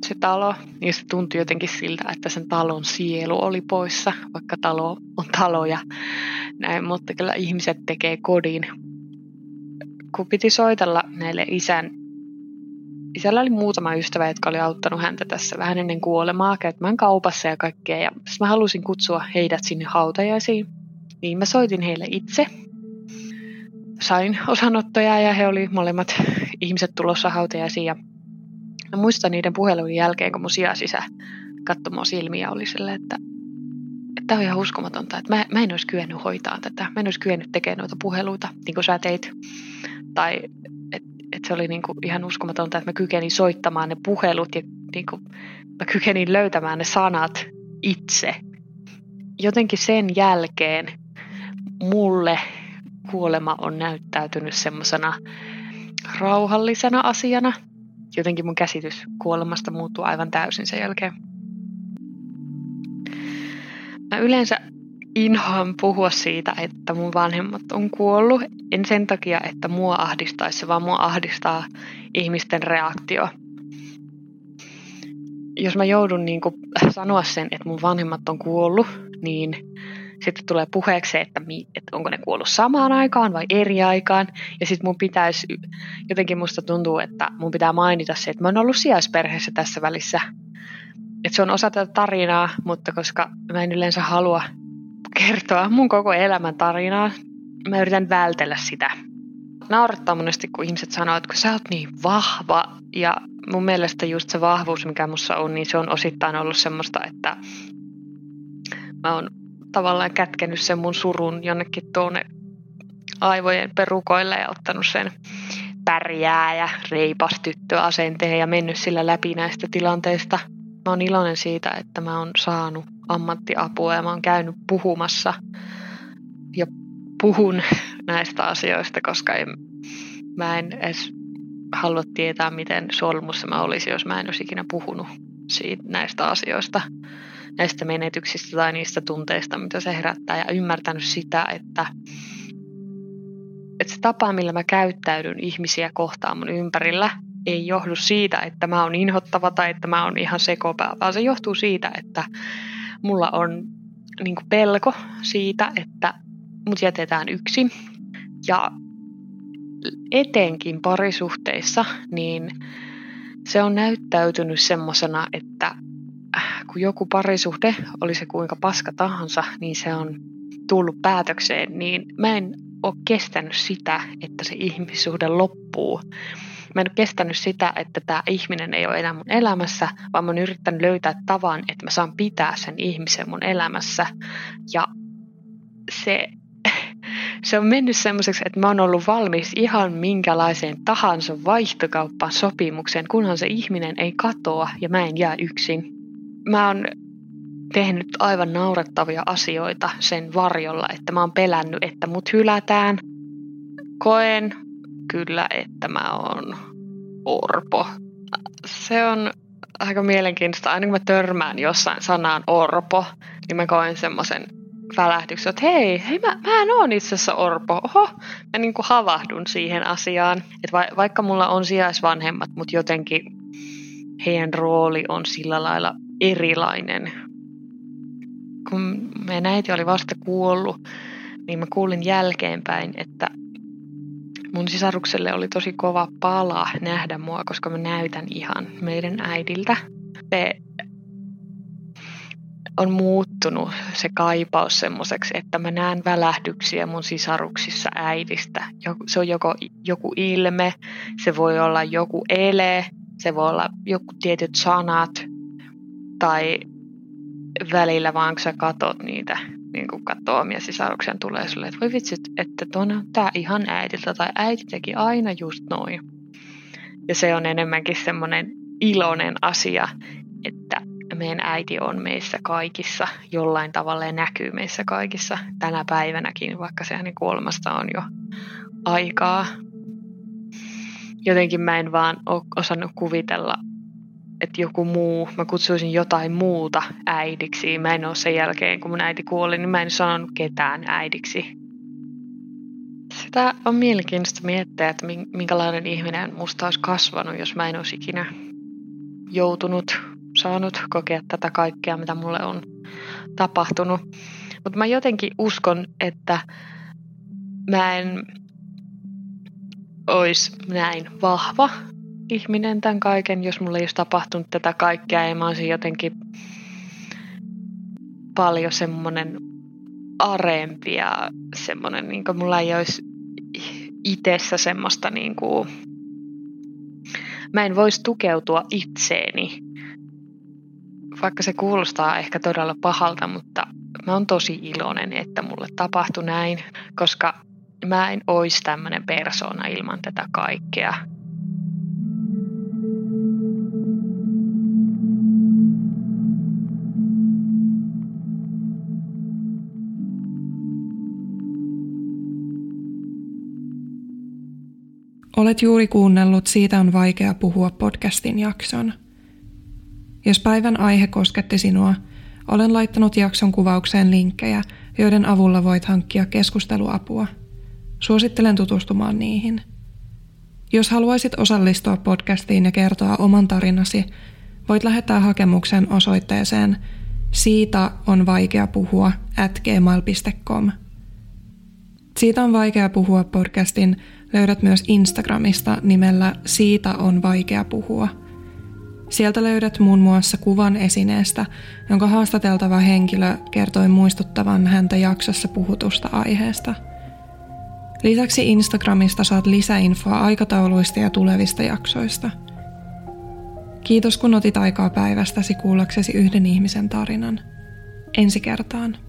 se talo, niin se tuntui jotenkin siltä, että sen talon sielu oli poissa, vaikka talo on talo ja näin, mutta kyllä ihmiset tekee kodin. Kun piti soitella näille isän, isällä oli muutama ystävä, jotka oli auttanut häntä tässä vähän ennen kuolemaa käyttämään kaupassa ja kaikkea, ja mä halusin kutsua heidät sinne hautajaisiin, niin mä soitin heille itse. Sain osanottoja ja he oli molemmat ihmiset tulossa hautajaisiin ja mä muistan niiden puhelujen jälkeen, kun mun sijasisä katsoi mun silmiä ja oli silleen, että tämä on ihan uskomatonta, että mä, mä en olisi kyennyt hoitaa tätä. Mä en olisi kyennyt tekemään noita puheluita, niin kuin sä teit. Tai että et se oli niin kuin ihan uskomatonta, että mä kykenin soittamaan ne puhelut ja niin kuin mä kykenin löytämään ne sanat itse. Jotenkin sen jälkeen mulle kuolema on näyttäytynyt semmoisena rauhallisena asiana. Jotenkin mun käsitys kuolemasta muuttuu aivan täysin sen jälkeen. Mä yleensä inhoan puhua siitä, että mun vanhemmat on kuollut. En sen takia, että mua ahdistaisi, vaan mua ahdistaa ihmisten reaktio. Jos mä joudun niin kuin sanoa sen, että mun vanhemmat on kuollut, niin sitten tulee puheeksi se, että, mi, että onko ne kuollut samaan aikaan vai eri aikaan. Ja sitten mun pitäisi, jotenkin musta tuntuu, että mun pitää mainita se, että mä oon ollut sijaisperheessä tässä välissä. Että se on osa tätä tarinaa, mutta koska mä en yleensä halua kertoa mun koko elämän tarinaa, mä yritän vältellä sitä. Naurattaa monesti, kun ihmiset sanoo, että kun sä oot niin vahva. Ja mun mielestä just se vahvuus, mikä mussa on, niin se on osittain ollut semmoista, että mä oon tavallaan kätkenyt sen mun surun jonnekin tuonne aivojen perukoille ja ottanut sen pärjää ja reipas tyttöasenteen ja mennyt sillä läpi näistä tilanteista. Mä oon iloinen siitä, että mä oon saanut ammattiapua ja mä oon käynyt puhumassa ja puhun näistä asioista, koska en, mä en edes halua tietää, miten solmussa mä olisin, jos mä en olisi ikinä puhunut siitä, näistä asioista, näistä menetyksistä tai niistä tunteista, mitä se herättää, ja ymmärtänyt sitä, että, että se tapa, millä mä käyttäydyn ihmisiä kohtaan mun ympärillä, ei johdu siitä, että mä oon inhottava tai että mä oon ihan sekopää, vaan se johtuu siitä, että mulla on niin kuin pelko siitä, että mut jätetään yksin. Ja etenkin parisuhteissa, niin se on näyttäytynyt semmosena, että kun joku parisuhde, oli se kuinka paska tahansa, niin se on tullut päätökseen, niin mä en ole kestänyt sitä, että se ihmissuhde loppuu. Mä en ole kestänyt sitä, että tämä ihminen ei ole enää mun elämässä, vaan mä oon yrittänyt löytää tavan, että mä saan pitää sen ihmisen mun elämässä. Ja se, se on mennyt semmoiseksi, että mä oon ollut valmis ihan minkälaiseen tahansa vaihtokauppaan sopimukseen, kunhan se ihminen ei katoa ja mä en jää yksin. Mä oon tehnyt aivan naurettavia asioita sen varjolla, että mä oon pelännyt, että mut hylätään. Koen kyllä, että mä oon orpo. Se on aika mielenkiintoista. Aina kun mä törmään jossain sanaan orpo, niin mä koen semmoisen välähdyksen, että hei, hei mä, mä en oon itse asiassa orpo. Oho, mä niin kuin havahdun siihen asiaan. Että va, vaikka mulla on sijaisvanhemmat, mutta jotenkin heidän rooli on sillä lailla erilainen. Kun meidän äiti oli vasta kuollut, niin mä kuulin jälkeenpäin, että mun sisarukselle oli tosi kova pala nähdä mua, koska mä näytän ihan meidän äidiltä. Se on muuttunut se kaipaus semmoiseksi, että mä näen välähdyksiä mun sisaruksissa äidistä. Se on joko joku ilme, se voi olla joku ele, se voi olla joku tietyt sanat, tai välillä vaan kun sä katot niitä, niin kun katsoo omia sisaruksia, tulee sulle, että voi vitsit, että tuonne on tää ihan äidiltä, tai äiti teki aina just noin. Ja se on enemmänkin semmoinen iloinen asia, että meidän äiti on meissä kaikissa jollain tavalla ja näkyy meissä kaikissa tänä päivänäkin, vaikka se hänen kuolemasta on jo aikaa. Jotenkin mä en vaan ole osannut kuvitella, että joku muu, mä kutsuisin jotain muuta äidiksi. Mä en ole sen jälkeen, kun mun äiti kuoli, niin mä en sanonut ketään äidiksi. Sitä on mielenkiintoista miettiä, että minkälainen ihminen musta olisi kasvanut, jos mä en olisi ikinä joutunut, saanut kokea tätä kaikkea, mitä mulle on tapahtunut. Mutta mä jotenkin uskon, että mä en olisi näin vahva ihminen tämän kaiken, jos mulle ei olisi tapahtunut tätä kaikkea ja mä olisin jotenkin paljon semmoinen arempi ja semmoinen, niin kuin mulla ei olisi itsessä semmoista, niin kuin, mä en voisi tukeutua itseeni, vaikka se kuulostaa ehkä todella pahalta, mutta mä oon tosi iloinen, että mulle tapahtui näin, koska mä en olisi tämmöinen persoona ilman tätä kaikkea. Olet juuri kuunnellut Siitä on vaikea puhua podcastin jakson. Jos päivän aihe kosketti sinua, olen laittanut jakson kuvaukseen linkkejä, joiden avulla voit hankkia keskusteluapua. Suosittelen tutustumaan niihin. Jos haluaisit osallistua podcastiin ja kertoa oman tarinasi, voit lähettää hakemuksen osoitteeseen siitä on vaikea puhua at gmail piste com. Siitä on vaikea puhua podcastin löydät myös Instagramista nimellä Siitä on vaikea puhua. Sieltä löydät muun muassa kuvan esineestä, jonka haastateltava henkilö kertoi muistuttavan häntä jaksossa puhutusta aiheesta. Lisäksi Instagramista saat lisäinfoa aikatauluista ja tulevista jaksoista. Kiitos kun otit aikaa päivästäsi kuullaksesi yhden ihmisen tarinan. Ensi kertaan.